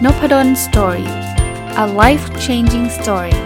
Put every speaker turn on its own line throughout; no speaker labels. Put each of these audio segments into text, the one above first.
Noppadan Story. A life-changing story.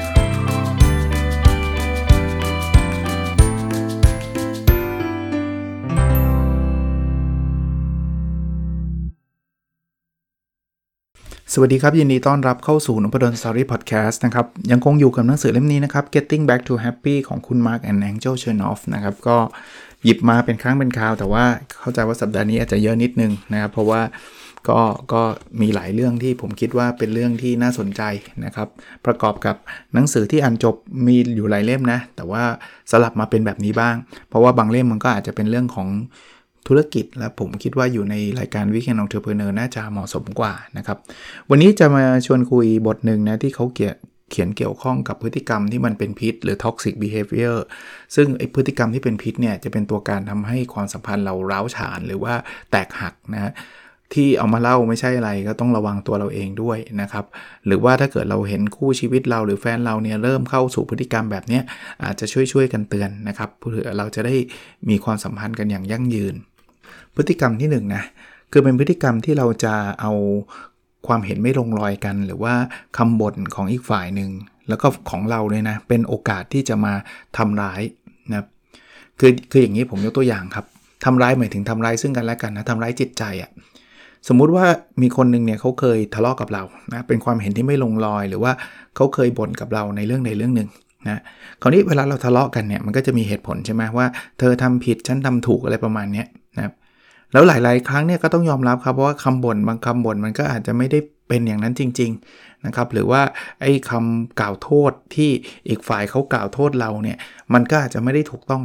สวัสดีครับยินดีต้อนรับเข้าสู่ Noppadan Story Podcast นะครับยังคงอยู่กับหนังสือเล่มนี้นะครับ Getting Back to Happy ของคุณ Mark and Angel Chernoff นะครับก็หยิบมาเป็นครั้งเป็นคราวแต่ว่าเข้าใจว่าสัปดาห์นี้อาจจะเยอะนิดนึงนะครับเพราะว่าก็มีหลายเรื่องที่ผมคิดว่าเป็นเรื่องที่น่าสนใจนะครับประกอบกับหนังสือที่อ่านจบมีอยู่หลายเล่มนะแต่ว่าสลับมาเป็นแบบนี้บ้างเพราะว่าบางเล่มมันก็อาจจะเป็นเรื่องของธุรกิจและผมคิดว่าอยู่ในรายการ Weekend Entrepreneur น่าจะเหมาะสมกว่านะครับวันนี้จะมาชวนคุยบทหนึ่งนะที่เขาเขียนเกี่ยวข้องกับพฤติกรรมที่มันเป็นพิษหรือ toxic behavior ซึ่งไอ้พฤติกรรมที่เป็นพิษเนี่ยจะเป็นตัวการทำให้ความสัมพันธ์เราร้าวฉานหรือว่าแตกหักนะที่เอามาเล่าไม่ใช่อะไรก็ต้องระวังตัวเราเองด้วยนะครับหรือว่าถ้าเกิดเราเห็นคู่ชีวิตเราหรือแฟนเราเนี่ยเริ่มเข้าสู่พฤติกรรมแบบนี้อาจจะช่วยกันเตือนนะครับเพื่อเราจะได้มีความสัมพันธ์กันอย่างยั่งยืนพฤติกรรมที่1นะคือเป็นพฤติกรรมที่เราจะเอาความเห็นไม่ลงรอยกันหรือว่าคำบ่นของอีกฝ่ายหนึ่งแล้วก็ของเราเลยนะเป็นโอกาสที่จะมาทำร้ายนะคืออย่างนี้ผมยกตัวอย่างครับทำร้ายหมายถึงทำร้ายซึ่งกันและกันนะทำร้ายจิตใจอ่ะสมมุติว่ามีคนหนึ่งเนี่ยเขาเคยทะเลาะกับเรานะเป็นความเห็นที่ไม่ลงรอยหรือว่าเขาเคยบ่นกับเราในเรื่องใดเรื่องหนึ่งนะคราวนี้เวลาเราทะเลาะกันเนี่ยมันก็จะมีเหตุผลใช่ไหมว่าเธอทำผิดฉันทำถูกอะไรประมาณนี้นะแล้วหลายๆครั้งเนี่ยก็ต้องยอมรับครับเพราะว่าคำบ่นบางคำบ่นมันก็อาจจะไม่ได้เป็นอย่างนั้นจริงๆนะครับหรือว่าไอ้คำกล่าวโทษที่อีกฝ่ายเขากล่าวโทษเราเนี่ยมันก็อาจจะไม่ได้ถูกต้อง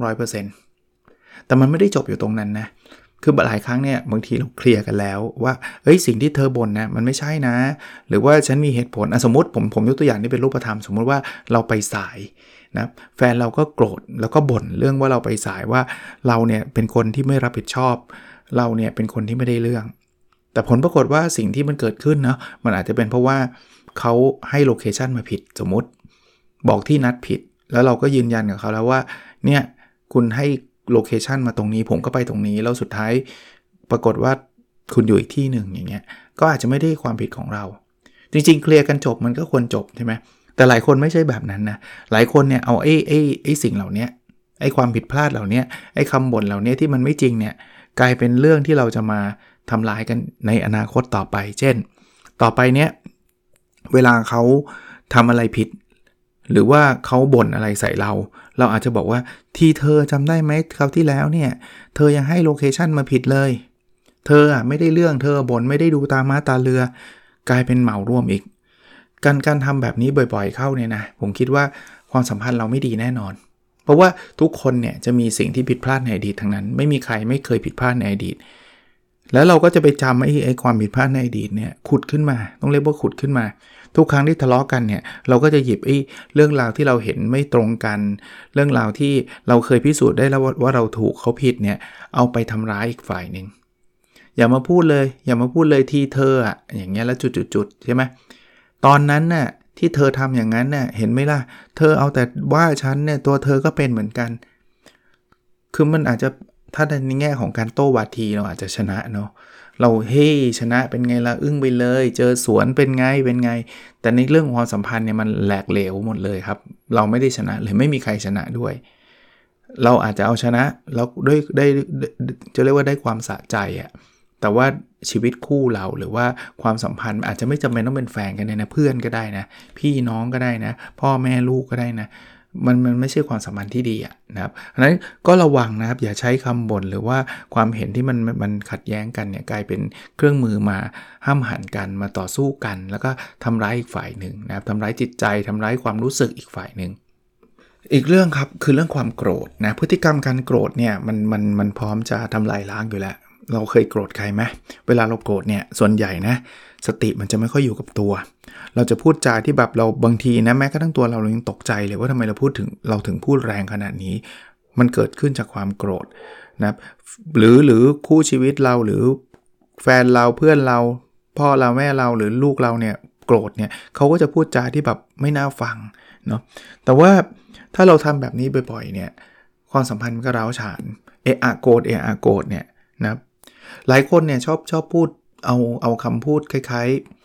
100% แต่มันไม่ได้จบอยู่ตรงนั้นนะคือหลายครั้งเนี่ยบางทีเราเคลียร์กันแล้วว่าสิ่งที่เธอบ่นนะมันไม่ใช่นะหรือว่าฉันมีเหตุผลสมมติผมยกตัวอย่างที่เป็นรูปธรรมสมมติว่าเราไปสายนะแฟนเราก็โกรธแล้วก็บ่นเรื่องว่าเราไปสายว่าเราเนี่ยเป็นคนที่ไม่รับผิดชอบเราเนี่ยเป็นคนที่ไม่ได้เรื่องแต่ผลปรากฏว่าสิ่งที่มันเกิดขึ้นเนาะมันอาจจะเป็นเพราะว่าเขาให้โลเคชันมาผิดสมมติบอกที่นัดผิดแล้วเราก็ยืนยันกับเขาแล้วว่าเนี่ยคุณให้โลเคชันมาตรงนี้ผมก็ไปตรงนี้แล้วสุดท้ายปรากฏว่าคุณอยู่อีกที่หนึ่งอย่างเงี้ยก็อาจจะไม่ได้ความผิดของเราจริงๆเคลียร์กันจบมันก็ควรจบใช่ไหมแต่หลายคนไม่ใช่แบบนั้นนะหลายคนเนี่ยเอาไอ้สิ่งเหล่านี้ไอ้ความผิดพลาดเหล่านี้ไอ้คำบ่นเหล่านี้ที่มันไม่จริงเนี่ยกลายเป็นเรื่องที่เราจะมาทำลายกันในอนาคตต่อไปเช่นต่อไปเนี้ยเวลาเขาทำอะไรผิดหรือว่าเขาบ่นอะไรใส่เราอาจจะบอกว่าที่เธอจำได้ไหมคราวที่แล้วเนี่ยเธอยังให้โลเคชันมาผิดเลยเธอไม่ได้เรื่องเธอบ่นไม่ได้ดูตาม้าตาเรือกลายเป็นเหมารวมอีกการทำแบบนี้บ่อยๆเข้าเนี่ยนะผมคิดว่าความสัมพันธ์เราไม่ดีแน่นอนเพราะว่าทุกคนเนี่ยจะมีสิ่งที่ผิดพลาดในอดีตทั้งนั้นไม่มีใครไม่เคยผิดพลาดในอดีตแล้วเราก็จะไปจำไอ้ความผิดพลาดในอดีตเนี่ยขุดขึ้นมาต้องเรียกว่าขุดขึ้นมาทุกครั้งที่ทะเลาะกันเนี่ยเราก็จะหยิบเรื่องราวที่เราเห็นไม่ตรงกันเรื่องราวที่เราเคยพิสูจน์ได้แล้วว่าเราถูกเขาผิดเนี่ยเอาไปทำร้ายอีกฝ่ายนึงอย่ามาพูดเลยที่เธออ่ะอย่างเงี้ยแล้วจุดๆใช่ไหมตอนนั้นน่ะที่เธอทำอย่างนั้นน่ะเห็นไหมล่ะเธอเอาแต่ว่าฉันเนี่ยตัวเธอก็เป็นเหมือนกันคือมันอาจจะถ้าในแง่ของการโต้วาทีเราอาจจะชนะเนาะเราชนะเป็นไงล่ะอึ้งไปเลยเจอสวนเป็นไงแต่ในเรื่องของความสัมพันธ์เนี่ยมันแหลกเหลวหมดเลยครับเราไม่ได้ชนะเลยไม่มีใครชนะด้วยเราอาจจะเอาชนะแล้วได้จะเรียกว่าได้ความสะใจอะแต่ว่าชีวิตคู่เราหรือว่าความสัมพันธ์อาจจะไม่จำเป็นต้องเป็นแฟนกันนะเพื่อนก็ได้นะพี่น้องก็ได้นะพ่อแม่ลูกก็ได้นะมันไม่ใช่ความสัมพันธ์ที่ดีนะครับเพราะฉะนั้นก็ระวังนะครับอย่าใช้คำบ่นหรือว่าความเห็นที่มันขัดแย้งกันเนี่ยกลายเป็นเครื่องมือมาห้ามหันกันมาต่อสู้กันแล้วก็ทำร้ายอีกฝ่ายหนึ่งนะครับทำร้ายจิตใจทำร้ายความรู้สึกอีกฝ่ายหนึ่งอีกเรื่องครับคือเรื่องความโกรธนะพฤติกรรมการโกรธเนี่ยมันพร้อมจะทำลายล้างอยู่แล้วเราเคยโกรธใครไหมเวลาเราโกรธเนี่ยส่วนใหญ่นะสติมันจะไม่ค่อยอยู่กับตัวเราจะพูดจาที่แบบเราบางทีนะแม้กระทั่งตัวเรายังตกใจเลยว่าทำไมเราถึงพูดแรงขนาดนี้มันเกิดขึ้นจากความโกรธนะครับหรือคู่ชีวิตเราหรือแฟนเราเพื่อนเราพ่อเราแม่เราหรือลูกเราเนี่ยโกรธเนี่ยเขาก็จะพูดจาที่แบบไม่น่าฟังเนาะแต่ว่าถ้าเราทำแบบนี้บ่อยๆเนี่ยความสัมพันธ์มันก็ร้าวฉานโกรธเนี่ยนะครับหลายคนเนี่ยชอบพูดเอาคำพูดคล้าย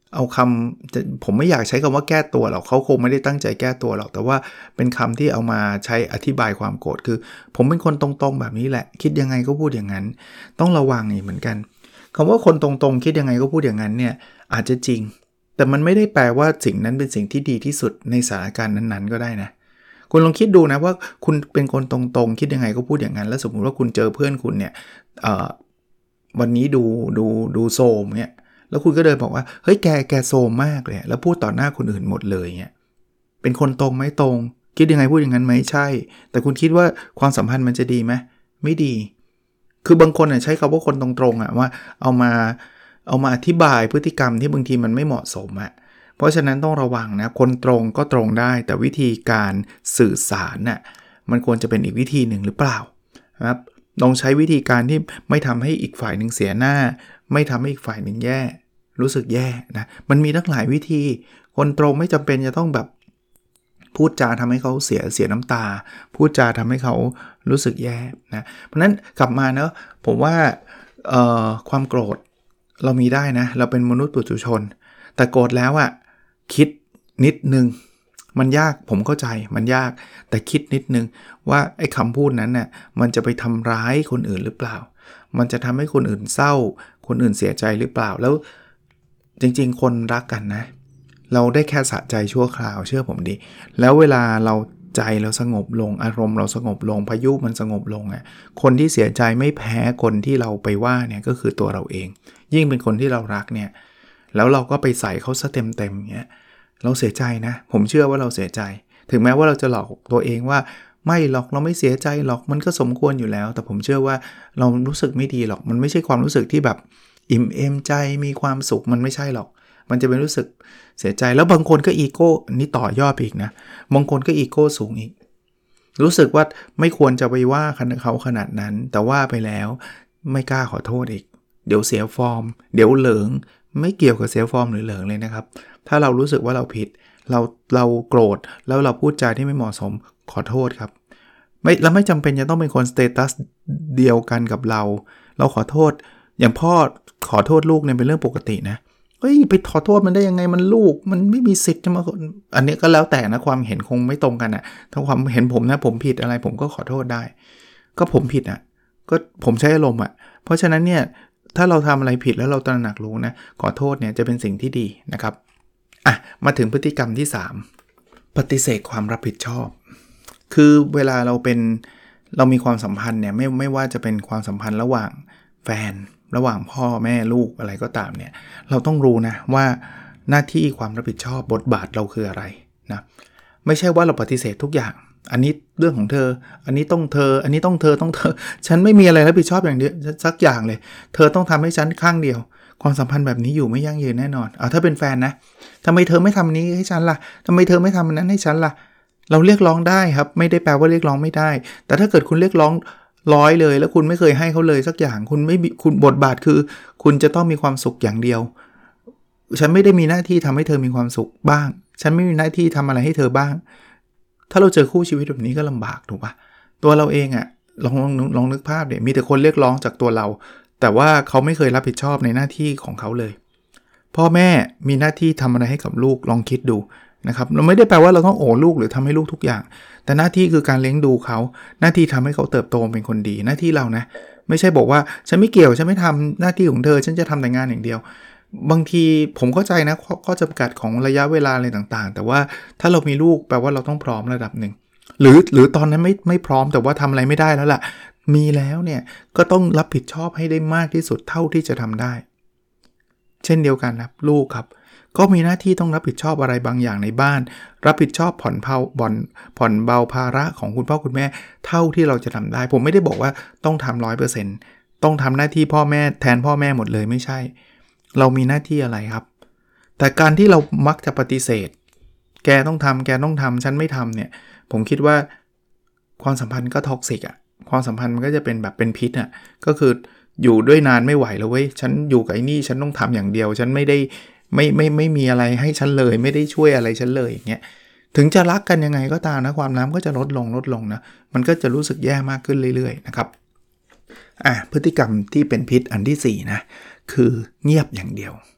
เอาคำผมไม่อยากใช้คำว่าแก้ตัวหรอกเขาคงไม่ได้ตั้งใจแก้ตัวหรอกแต่ว่าเป็นคำที่เอามาใช้อธิบายความโกรธคือผมเป็นคนตรงๆแบบนี้แหละคิดยังไงก็พูดอย่างนั้นต้องระวังอีกเหมือนกันคำว่าคนตรงๆคิดยังไงก็พูดอย่างนั้นเนี่ยอาจจะจริงแต่มันไม่ได้แปลว่าสิ่งนั้นเป็นสิ่งที่ดีที่สุดในสถานการณ์นั้นๆก็ได้นะคุณลองคิดดูนะว่าคุณเป็นคนตรงๆคิดยังไงก็พูดอย่างนั้นแล้วสมมุติว่าคุณเจอเพื่อนคุณเนี่ยวันนี้ดูโซมเนี่ยแล้วคุณก็เดินบอกว่าเฮ้ยแกโซมมากเลยแล้วพูดต่อหน้าคนอื่นหมดเลยเนี่ยเป็นคนตรงไหมตรงคิดยังไงพูดอย่างนั้นไหมใช่แต่คุณคิดว่าความสัมพันธ์มันจะดีไหมไม่ดีคือบางคนใช้คำว่าคนตรงๆว่าเอามาอธิบายพฤติกรรมที่บางทีมันไม่เหมาะสมเพราะฉะนั้นต้องระวังนะคนตรงก็ตรงได้แต่วิธีการสื่อสารมันควรจะเป็นอีกวิธีหนึ่งหรือเปล่าครับลองใช้วิธีการที่ไม่ทำให้อีกฝ่ายหนึ่งเสียหน้าไม่ทำให้อีกฝ่ายหนึ่งแย่รู้สึกแย่นะมันมีทั้งหลายวิธีคนตรงไม่จำเป็นจะต้องแบบพูดจาทำให้เขาเสียน้ำตาพูดจาทำให้เขารู้สึกแย่นะเพราะนั้นกลับมาเนอะผมว่าความโกรธเรามีได้นะเราเป็นมนุษย์ปุถุชนแต่โกรธแล้วคิดนิดนึงมันยากผมเข้าใจมันยากแต่คิดนิดนึงว่าไอ้คำพูดนั้นมันจะไปทำร้ายคนอื่นหรือเปล่ามันจะทำให้คนอื่นเศร้าคนอื่นเสียใจหรือเปล่าแล้วจริงๆคนรักกันนะเราได้แค่สะใจชั่วคราวเชื่อผมดิแล้วเวลาเราใจเราสงบลงอารมณ์เราสงบลงพายุมันสงบลงคนที่เสียใจไม่แพ้คนที่เราไปว่าเนี่ยก็คือตัวเราเองยิ่งเป็นคนที่เรารักเนี่ยแล้วเราก็ไปใส่เขาซะเต็มๆเงี้ยเราเสียใจนะผมเชื่อว่าเราเสียใจถึงแม้ว่าเราจะหลอกตัวเองว่าไม่หรอกเราไม่เสียใจหรอกมันก็สมควรอยู่แล้วแต่ผมเชื่อว่าเรารู้สึกไม่ดีหรอกมันไม่ใช่ความรู้สึกที่แบบอิ่มเอมใจมีความสุขมันไม่ใช่หรอกมันจะเป็นรู้สึกเสียใจแล้วบางคนก็อีโก้นี่ต่อยอดอีกนะบางคนก็อีโก้สูงอีกรู้สึกว่าไม่ควรจะไปว่าเขาขนาดนั้นแต่ว่าไปแล้วไม่กล้าขอโทษอีกเดี๋ยวเสียฟอร์มเดี๋ยวเหลิงไม่เกี่ยวกับเสียฟอร์มหรือเหลิงเลยนะครับถ้าเรารู้สึกว่าเราผิดเราโกรธแล้วเราพูดจาที่ไม่เหมาะสมขอโทษครับเราไม่จำเป็นจะต้องเป็นคนสเตตัสเดียวกันกับเราขอโทษอย่างพ่อขอโทษลูกเนี่ยเป็นเรื่องปกตินะเฮ้ยไปขอโทษมันได้ยังไงมันลูกมันไม่มีสิทธิ์จะมาอันนี้ก็แล้วแต่นะความเห็นคงไม่ตรงกันถ้าความเห็นผมนะผมผิดอะไรผมก็ขอโทษได้ก็ผมผิดก็ผมใช้อารมณ์เพราะฉะนั้นเนี่ยถ้าเราทำอะไรผิดแล้วเราตระหนักรู้นะขอโทษเนี่ยจะเป็นสิ่งที่ดีนะครับมาถึงพฤติกรรมที่3ปฏิเสธความรับผิดชอบคือเวลาเรามีความสัมพันธ์เนี่ยไม่ว่าจะเป็นความสัมพันธ์ระหว่างแฟนระหว่างพ่อแม่ลูกอะไรก็ตามเนี่ยเราต้องรู้นะว่าหน้าที่ความรับผิดชอบบทบาทเราคืออะไรนะไม่ใช่ว่าเราปฏิเสธทุกอย่างอันนี้เรื่องของเธออันนี้ต้องเธออันนี้ต้องเธอฉันไม่มีอะไรรับผิดชอบอย่างเดียวสักอย่างเลยเธอต้องทำให้ฉันข้างเดียวความสัมพันธ์แบบนี้อยู่ไม่ยั่งยืนแน่นอนถ้าเป็นแฟนนะทำไมเธอไม่ทำนี้ให้ฉันล่ะทำไมเธอไม่ทำนั้นให้ฉันล่ะเราเรียกร้องได้ครับไม่ได้แปลว่าเรียกร้องไม่ได้แต่ถ้าเกิดคุณเรียกร้อง100เลยแล้วคุณไม่เคยให้เขาเลยสักอย่างคุณบทบาทคือคุณจะต้องมีความสุขอย่างเดียวฉันไม่ได้มีหน้าที่ทำให้เธอมีความสุขบ้างฉันไม่มีหน้าที่ทำอะไรให้เธอบ้างถ้าเราเจอคู่ชีวิตแบบนี้ก็ลำบากถูกปะตัวเราเองลองนึกภาพเดี๋ยวมีแต่คนเรียกร้องจากตัวเราแต่ว่าเขาไม่เคยรับผิดชอบในหน้าที่ของเขาเลยพ่อแม่มีหน้าที่ทำอะไรให้กับลูกลองคิดดูนะครับเราไม่ได้แปลว่าเราต้องโอ้ลูกหรือทำให้ลูกทุกอย่างแต่หน้าที่คือการเลี้ยงดูเขาหน้าที่ทำให้เขาเติบโตเป็นคนดีหน้าที่เรานะไม่ใช่บอกว่าฉันไม่เกี่ยวฉันไม่ทำหน้าที่ของเธอฉันจะทำแต่งานอย่างเดียวบางทีผมเข้าใจนะข้อจำกัดของระยะเวลาอะไรต่างๆแต่ว่าถ้าเรามีลูกแปลว่าเราต้องพร้อมระดับหนึ่งหรือตอนนั้นไม่พร้อมแต่ว่าทำอะไรไม่ได้แล้วล่ะมีแล้วเนี่ยก็ต้องรับผิดชอบให้ได้มากที่สุดเท่าที่จะทำได้เช่นเดียวกันนะลูกครับก็มีหน้าที่ต้องรับผิดชอบอะไรบางอย่างในบ้านรับผิดชอบผ่อนเบาภาระของคุณพ่อคุณแม่เท่าที่เราจะทำได้ผมไม่ได้บอกว่าต้องทำ 100% ต้องทำหน้าที่พ่อแม่แทนพ่อแม่หมดเลยไม่ใช่เรามีหน้าที่อะไรครับแต่การที่เรามักจะปฏิเสธแกต้องทำฉันไม่ทำเนี่ยผมคิดว่าความสัมพันธ์ก็ท็อกซิกความสัมพันธ์มันก็จะเป็นแบบเป็นพิษก็คืออยู่ด้วยนานไม่ไหวแล้วเว้ยฉันอยู่กับไอ้นี่ฉันต้องทำอย่างเดียวฉันไม่ได้ไม่มีอะไรให้ฉันเลยไม่ได้ช่วยอะไรฉันเลยอย่างเงี้ยถึงจะรักกันยังไงก็ตามนะความน้ำก็จะลดลงนะมันก็จะรู้สึกแย่มากขึ้นเรื่อยๆนะครับพฤติกรรมที่เป็นพิษอันที่4นะคือเงียบอย่างเดียว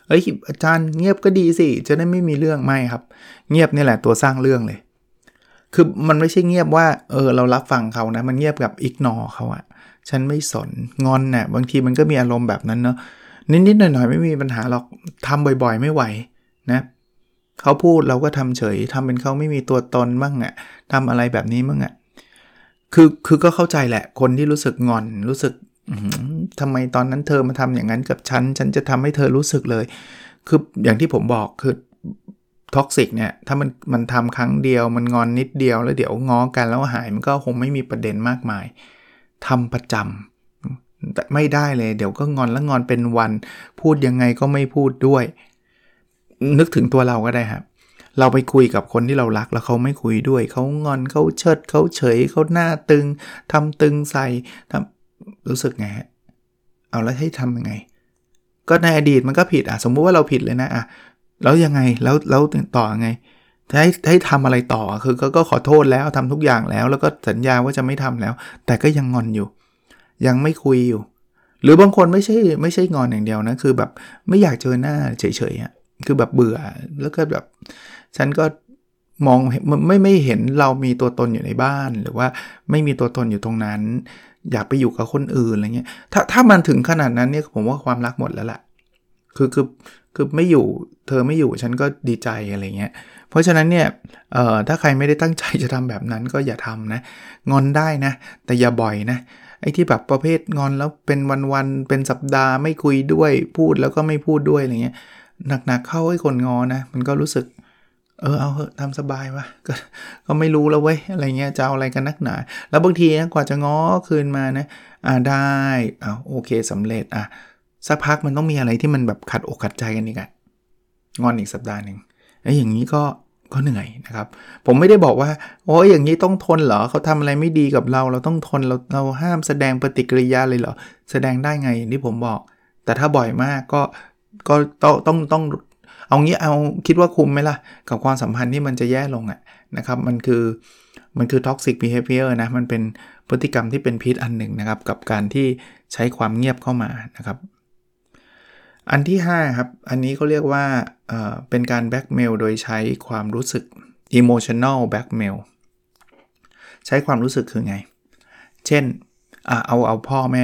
เอ้ยอาจารย์เงียบก็ดีสิจะได้ไม่มีเรื่องไม่ครับเงียบนี่แหละตัวสร้างเรื่องเลยคือมันไม่ใช่เงียบว่าเรารับฟังเขานะมันเงียบกับอิกนอร์เขาอะฉันไม่สนงอนน่ะบางทีมันก็มีอารมณ์แบบนั้นเนาะนิดๆหน่อยๆไม่มีปัญหาหรอกทำบ่อยๆไม่ไหวนะเขาพูดเราก็ทำเฉยทำเป็นเขาไม่มีตัวตนบ้างอะทำอะไรแบบนี้บ้างอะคือก็เข้าใจแหละคนที่รู้สึกงอนรู้สึกทำไมตอนนั้นเธอมาทำอย่างนั้นกับฉันจะทำให้เธอรู้สึกเลยคืออย่างที่ผมบอกคือท็อกซิกเนี่ยถ้ามันทำครั้งเดียวมันงอนนิดเดียวแล้วเดี๋ยวง้อกันแล้วหายมันก็คงไม่มีประเด็นมากมายทำประจำแต่ไม่ได้เลยเดี๋ยวก็งอนแล้วงอนเป็นวันพูดยังไงก็ไม่พูดด้วยนึกถึงตัวเราก็ได้ครับเราไปคุยกับคนที่เรารักแล้วเขาไม่คุยด้วยเขางอนเขาเชิดเขาเฉยเขาหน้าตึงทำตึงใส่รู้สึกไงฮะเอาแล้วให้ทำยังไงก็ในอดีตมันก็ผิดสมมุติว่าเราผิดเลยนะแล้วยังไงแล้วต่อยังไงให้ทำอะไรต่อคือก็ขอโทษแล้วทำทุกอย่างแล้วก็สัญญาว่าจะไม่ทำแล้วแต่ก็ยังงอนอยู่ยังไม่คุยอยู่หรือบางคนไม่ใช่งอนอย่างเดียวนะคือแบบไม่อยากเจอหน้าเฉยๆคือแบบเบื่อแล้วก็แบบฉันก็มองไม่เห็นเรามีตัวตนอยู่ในบ้านหรือว่าไม่มีตัวตนอยู่ตรงนั้นอยากไปอยู่กับคนอื่นอะไรเงี้ยถ้ามันถึงขนาดนั้นเนี่ยผมว่าความรักหมดแล้วแหละคือไม่อยู่เธอไม่อยู่ฉันก็ดีใจอะไรเงี้ยเพราะฉะนั้นเนี่ยถ้าใครไม่ได้ตั้งใจจะทำแบบนั้นก็อย่าทำนะงอนได้นะแต่อย่าบ่อยนะไอ้ที่แบบประเภทงอนแล้วเป็นวันๆเป็นสัปดาห์ไม่คุยด้วยพูดแล้วก็ไม่พูดด้วยอะไรเงี้ยหนักๆเข้าให้คนงอนะมันก็รู้สึกเอาเหอะทำสบายวะก็ไม่รู้แล้วเว้ยอะไรเงี้ยจะเอาอะไรกันนักหนาแล้วบางทีนะกว่าจะง้อคืนมานะได้โอเคสำเร็จสักพักมันต้องมีอะไรที่มันแบบขัดอกขัดใจกันอีกงอนอีกสัปดาห์นึงอย่างนี้ก็เหนื่อยนะครับผมไม่ได้บอกว่าโอ้ยอย่างนี้ต้องทนเหรอเขาทำอะไรไม่ดีกับเราต้องทนเราห้ามแสดงปฏิกิริยาเลยเหรอแสดงได้ไงอย่างที่ผมบอกแต่ถ้าบ่อยมากก็ต้องเอางี้เอาคิดว่าคุ้มไหมล่ะกับความสัมพันธ์ที่มันจะแย่ลงนะครับมันคือ toxic behavior นะมันเป็นพฤติกรรมที่เป็นพิษอันหนึ่งนะครับกับการที่ใช้ความเงียบเข้ามานะครับอันที่5ครับอันนี้เขาเรียกว่าเป็นการแบล็กเมลโดยใช้ความรู้สึก emotional blackmail ใช้ความรู้สึกคือไงเช่นเอาพ่อแม่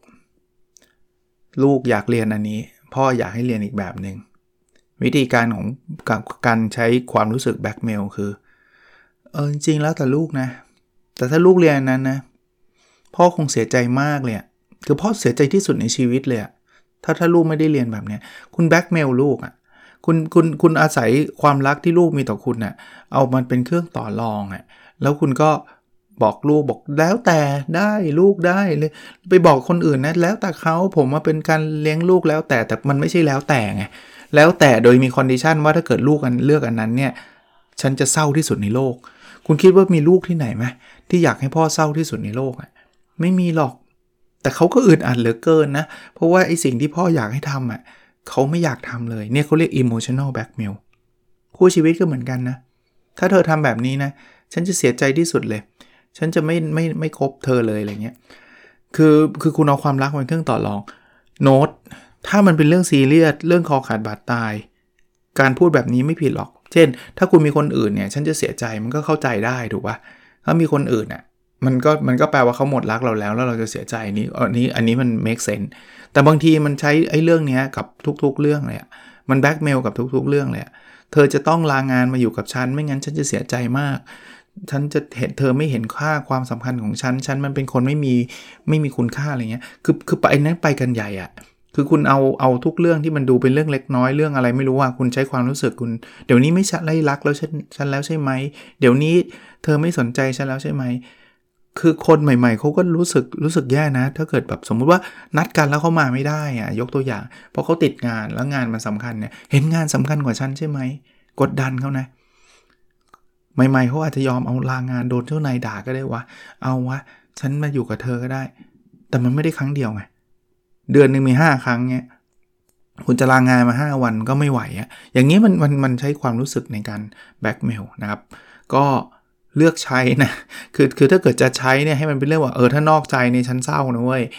ลูกอยากเรียนอันนี้พ่ออยากให้เรียนอีกแบบนึงวิธีการของการใช้ความรู้สึกแบล็กเมลคือจริงๆแล้วแต่ลูกนะแต่ถ้าลูกเรียนนั้นนะพ่อคงเสียใจมากเลยคือพ่อเสียใจที่สุดในชีวิตเลยถ้าลูกไม่ได้เรียนแบบนี้คุณแบล็กเมลลูกคุณอาศัยความรักที่ลูกมีต่อคุณเอามันเป็นเครื่องต่อรองแล้วคุณก็บอกลูกบอกแล้วแต่ได้ลูกได้เลยไปบอกคนอื่นนะแล้วแต่เขาผมมาเป็นการเลี้ยงลูกแล้วแต่มันไม่ใช่แล้วแต่ไงแล้วแต่โดยมีคอนดิชันว่าถ้าเกิดลูกเลือกอันนั้นเนี่ยฉันจะเศร้าที่สุดในโลกคุณคิดว่ามีลูกที่ไหนไหมที่อยากให้พ่อเศร้าที่สุดในโลกไม่มีหรอกแต่เขาก็อึดอัดเหลือเกินนะเพราะว่าไอ้สิ่งที่พ่ออยากให้ทำเขาไม่อยากทำเลยเนี่ยเขาเรียก emotional blackmail คู่ชีวิตก็เหมือนกันนะถ้าเธอทำแบบนี้นะฉันจะเสียใจที่สุดเลยฉันจะไม่คบเธอเลยอะไรเงี้ยคือคุณเอาความรักเป็นเครื่องต่อรองโน้ตถ้ามันเป็นเรื่องซีเรียสเรื่องคอขาดบาดตายการพูดแบบนี้ไม่ผิดหรอกเช่นถ้าคุณมีคนอื่นเนี่ยฉันจะเสียใจมันก็เข้าใจได้ถูกป่ะถ้ามีคนอื่นมันก็แปลว่าเขาหมดรักเราแล้วเราจะเสียใจอันนี้มัน make sense แต่บางทีมันใช้ไอ้เรื่องนี้กับทุกๆเรื่องเลยมันแบล็กเมลกับทุกๆเรื่องเลยเธอจะต้องลางานมาอยู่กับฉันไม่งั้นฉันจะเสียใจมากฉันจะเห็นเธอไม่เห็นค่าความสำคัญของฉันมันเป็นคนไม่มีคุณค่าอะไรเงี้ยคือไปนั้นไปกันใหญ่คือคุณเอาทุกเรื่องที่มันดูเป็นเรื่องเล็กน้อยเรื่องอะไรไม่รู้คุณใช้ความรู้สึกคุณเดี๋ยวนี้ไม่ใช่ไล่รักแล้วฉันแล้วใช่ไหมเดี๋ยวนี้เธอไม่สนใจฉันแล้วใช่ไหมคือคนใหม่ๆเขาก็รู้สึกแย่นะถ้าเกิดแบบสมมุติว่านัดกันแล้วเขามาไม่ได้ยกตัวอย่างเพราะเขาติดงานแล้วงานมันสำคัญเนี่ยเห็นงานสำคัญกว่าฉันใช่ไหมกดดันเขานะใหม่ๆเขาอาจจะยอมเอาลางานโดนเจ้านายด่าก็ได้วะเอาวะฉันมาอยู่กับเธอก็ได้แต่มันไม่ได้ครั้งเดียวไงเดือนนึงมี5ครั้งเนี่ยคุณจะลางานมา5วันก็ไม่ไหวอย่างนี้มันใช้ความรู้สึกในการแบล็กเมลนะครับก็เลือกใช้นะคือถ้าเกิดจะใช้เนี่ยให้มันเป็นเรื่องว่าถ้านอกใจเนี่ยฉันเศร้านะเว้ย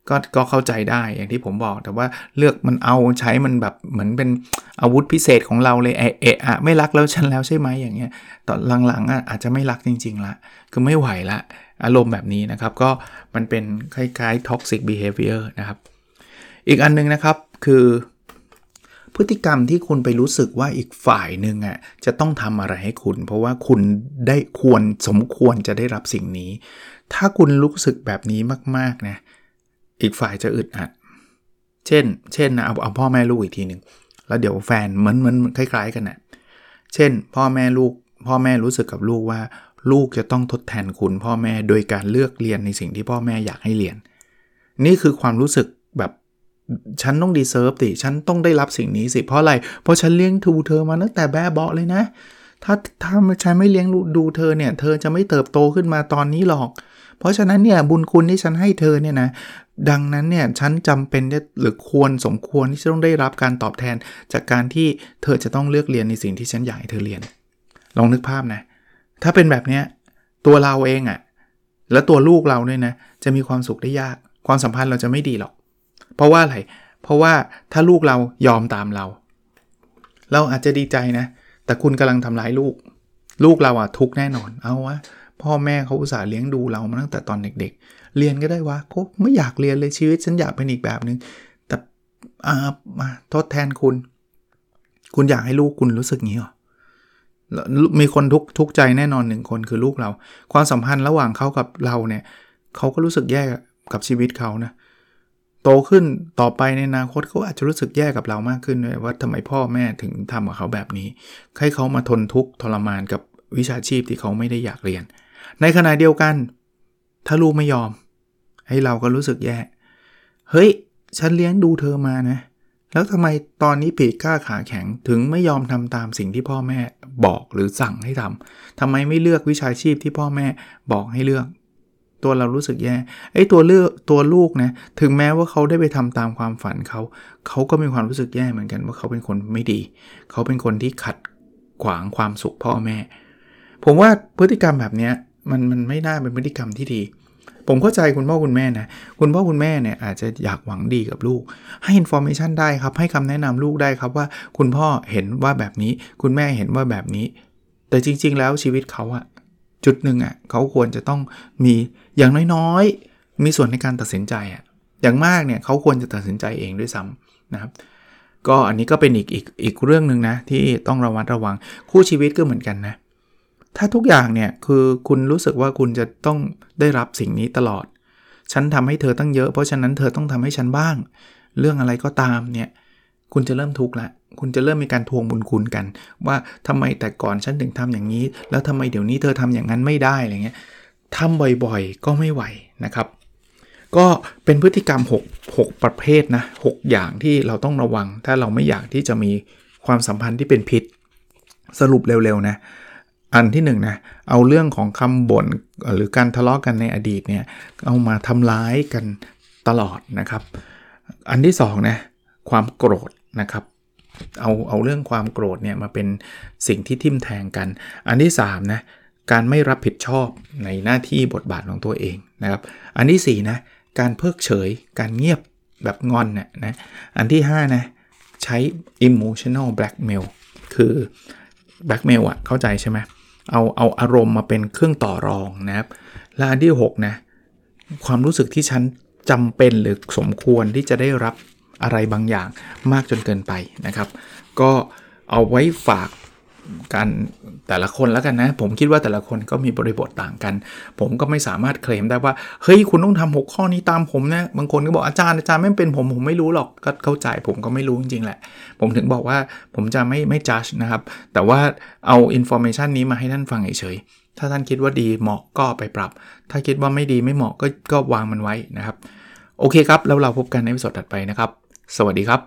ก็เข้าใจได้อย่างที่ผมบอกแต่ว่าเลือกมันเอาใช้มันแบบเหมือนเป็นอาวุธพิเศษของเราเลยไม่รักแล้วฉันแล้วใช่ไหมอย่างเงี้ยตอนหลังๆอาจจะไม่รักจริงๆละคือไม่ไหวละอารมณ์แบบนี้นะครับก็มันเป็นคล้ายๆ toxic behavior นะครับอีกอันนึงนะครับคือพฤติกรรมที่คุณไปรู้สึกว่าอีกฝ่ายนึงจะต้องทำอะไรให้คุณเพราะว่าคุณได้สมควรจะได้รับสิ่งนี้ถ้าคุณรู้สึกแบบนี้มากๆนะอีกฝ่ายจะอึดอัดเช่นนะเอาพ่อแม่ลูกอีกทีนึงแล้วเดี๋ยวแฟนเหมือนคล้ายๆกันนะเช่นพ่อแม่รู้สึกกับลูกว่าลูกจะต้องทดแทนคุณพ่อแม่โดยการเลือกเรียนในสิ่งที่พ่อแม่อยากให้เรียนนี่คือความรู้สึกแบบฉันต้องดีเซิร์ฟดิฉันต้องได้รับสิ่งนี้สิเพราะอะไรเพราะฉันเลี้ยงดูเธอมาตั้งแต่แบ้เบาะเลยนะถ้าฉันไม่เลี้ยงดูเธอเนี่ยเธอจะไม่เติบโตขึ้นมาตอนนี้หรอกเพราะฉะนั้นเนี่ยบุญคุณที่ฉันให้เธอเนี่ยนะดังนั้นเนี่ยฉันจำเป็นหรือสมควรที่จะต้องได้รับการตอบแทนจากการที่เธอจะต้องเลือกเรียนในสิ่งที่ฉันอยากให้เธอเรียนลองนึกภาพนะถ้าเป็นแบบเนี้ยตัวเราเองและตัวลูกเราด้วยนะจะมีความสุขได้ยากความสัมพันธ์เราจะไม่ดีหรอกเพราะว่าอะไรเพราะว่าถ้าลูกเรายอมตามเราอาจจะดีใจนะแต่คุณกำลังทำร้ายลูกเราทุกข์แน่นอนเอาวะพ่อแม่เขาอุตส่าห์เลี้ยงดูเรามาตั้งแต่ตอนเด็กๆเรียนก็ได้วะก็ไม่อยากเรียนเลยชีวิตฉันอยากเป็นอีกแบบนึงแต่มาทดแทนคุณอยากให้ลูกคุณรู้สึกงี้หรอมีคนทุกข์ใจแน่นอน1คนคือลูกเราความสัมพันธ์ระหว่างเขากับเราเนี่ยเขาก็รู้สึกแย่กับชีวิตเขานะโตขึ้นต่อไปในอนาคตเขาอาจจะรู้สึกแย่กับเรามากขึ้นด้วยว่าทำไมพ่อแม่ถึงทำกับเขาแบบนี้ให้เขามาทนทุกข์ทรมานกับวิชาชีพที่เขาไม่ได้อยากเรียนในขณะเดียวกันถ้าลูกไม่ยอมให้เราก็รู้สึกแย่เฮ้ยฉันเลี้ยงดูเธอมานะแล้วทำไมตอนนี้ปีกกล้าขาแข็งถึงไม่ยอมทำตามสิ่งที่พ่อแม่บอกหรือสั่งให้ทำไมไม่เลือกวิชาชีพที่พ่อแม่บอกให้เลือกตัวเรารู้สึกแย่ตัวลูกนะถึงแม้ว่าเขาได้ไปทำตามความฝันเขาก็มีความรู้สึกแย่เหมือนกันว่าเขาเป็นคนไม่ดีเขาเป็นคนที่ขัดขวางความสุขพ่อแม่ผมว่าพฤติกรรมแบบนี้มันไม่น่าเป็นพฤติกรรมที่ดีผมเข้าใจคุณพ่อคุณแม่นะคุณพ่อคุณแม่เนี่ยอาจจะอยากหวังดีกับลูกให้อินฟอร์เมชันได้ครับให้คำแนะนำลูกได้ครับว่าคุณพ่อเห็นว่าแบบนี้คุณแม่เห็นว่าแบบนี้แต่จริงๆแล้วชีวิตเขาจุดหนึ่งเขาควรจะต้องมีอย่างน้อยๆมีส่วนในการตัดสินใจอย่างมากเนี่ยเขาควรจะตัดสินใจเองด้วยซ้ำนะครับก็อันนี้ก็เป็นอีกเรื่องนึงนะที่ต้องระมัดระวังคู่ชีวิตก็เหมือนกันนะถ้าทุกอย่างเนี่ยคือคุณรู้สึกว่าคุณจะต้องได้รับสิ่งนี้ตลอดฉันทำให้เธอตั้งเยอะเพราะฉะนั้นเธอต้องทำให้ฉันบ้างเรื่องอะไรก็ตามเนี่ยคุณจะเริ่มทุกข์ละคุณจะเริ่มมีการทวงบุญคุณกันว่าทำไมแต่ก่อนฉันถึงทำอย่างนี้แล้วทำไมเดี๋ยวนี้เธอทำอย่างนั้นไม่ได้อะไรเงี้ยทำบ่อยๆก็ไม่ไหวนะครับก็เป็นพฤติกรรม6ประเภทนะ6อย่างที่เราต้องระวังถ้าเราไม่อยากที่จะมีความสัมพันธ์ที่เป็นพิษสรุปเร็วๆนะอันที่1นะเอาเรื่องของคำบ่นหรือการทะเลาะกันในอดีตเนี่ยเอามาทำร้ายกันตลอดนะครับอันที่2นะความโกรธนะครับเอาเรื่องความโกรธเนี่ยมาเป็นสิ่งที่ทิ่มแทงกันอันที่3นะการไม่รับผิดชอบในหน้าที่บทบาทของตัวเองนะครับอันที่4นะการเพิกเฉยการเงียบแบบงอนนะอันที่5นะใช้ emotional blackmail คือ blackmail เข้าใจใช่ไหมเอาอารมณ์มาเป็นเครื่องต่อรองนะครับและอันที่6นะความรู้สึกที่ฉันจำเป็นหรือสมควรที่จะได้รับอะไรบางอย่างมากจนเกินไปนะครับก็เอาไว้ฝากกันแต่ละคนแล้วกันนะผมคิดว่าแต่ละคนก็มีบริบทต่างกันผมก็ไม่สามารถเคลมได้ว่าเฮ้ยคุณต้องทำ6ข้อนี้ตามผมนะบางคนก็บอกอาจารย์ไม่เป็นผมไม่รู้หรอกก็เข้าใจผมก็ไม่รู้จริงๆแหละผมถึงบอกว่าผมจะไม่จัดนะครับแต่ว่าเอาอินฟอร์เมชันนี้มาให้ท่านฟังเฉยๆถ้าท่านคิดว่าดีเหมาะก็ไปปรับถ้าคิดว่าไม่ดีไม่เหมาะก็วางมันไว้นะครับโอเคครับแล้วเราพบกันในวิดีโอถัดไปนะครับสวัสดีครับ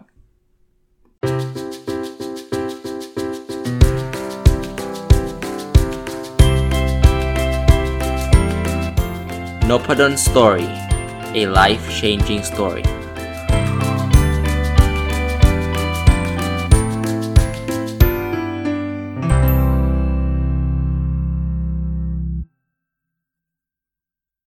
Nopadon Story, a life-changing story.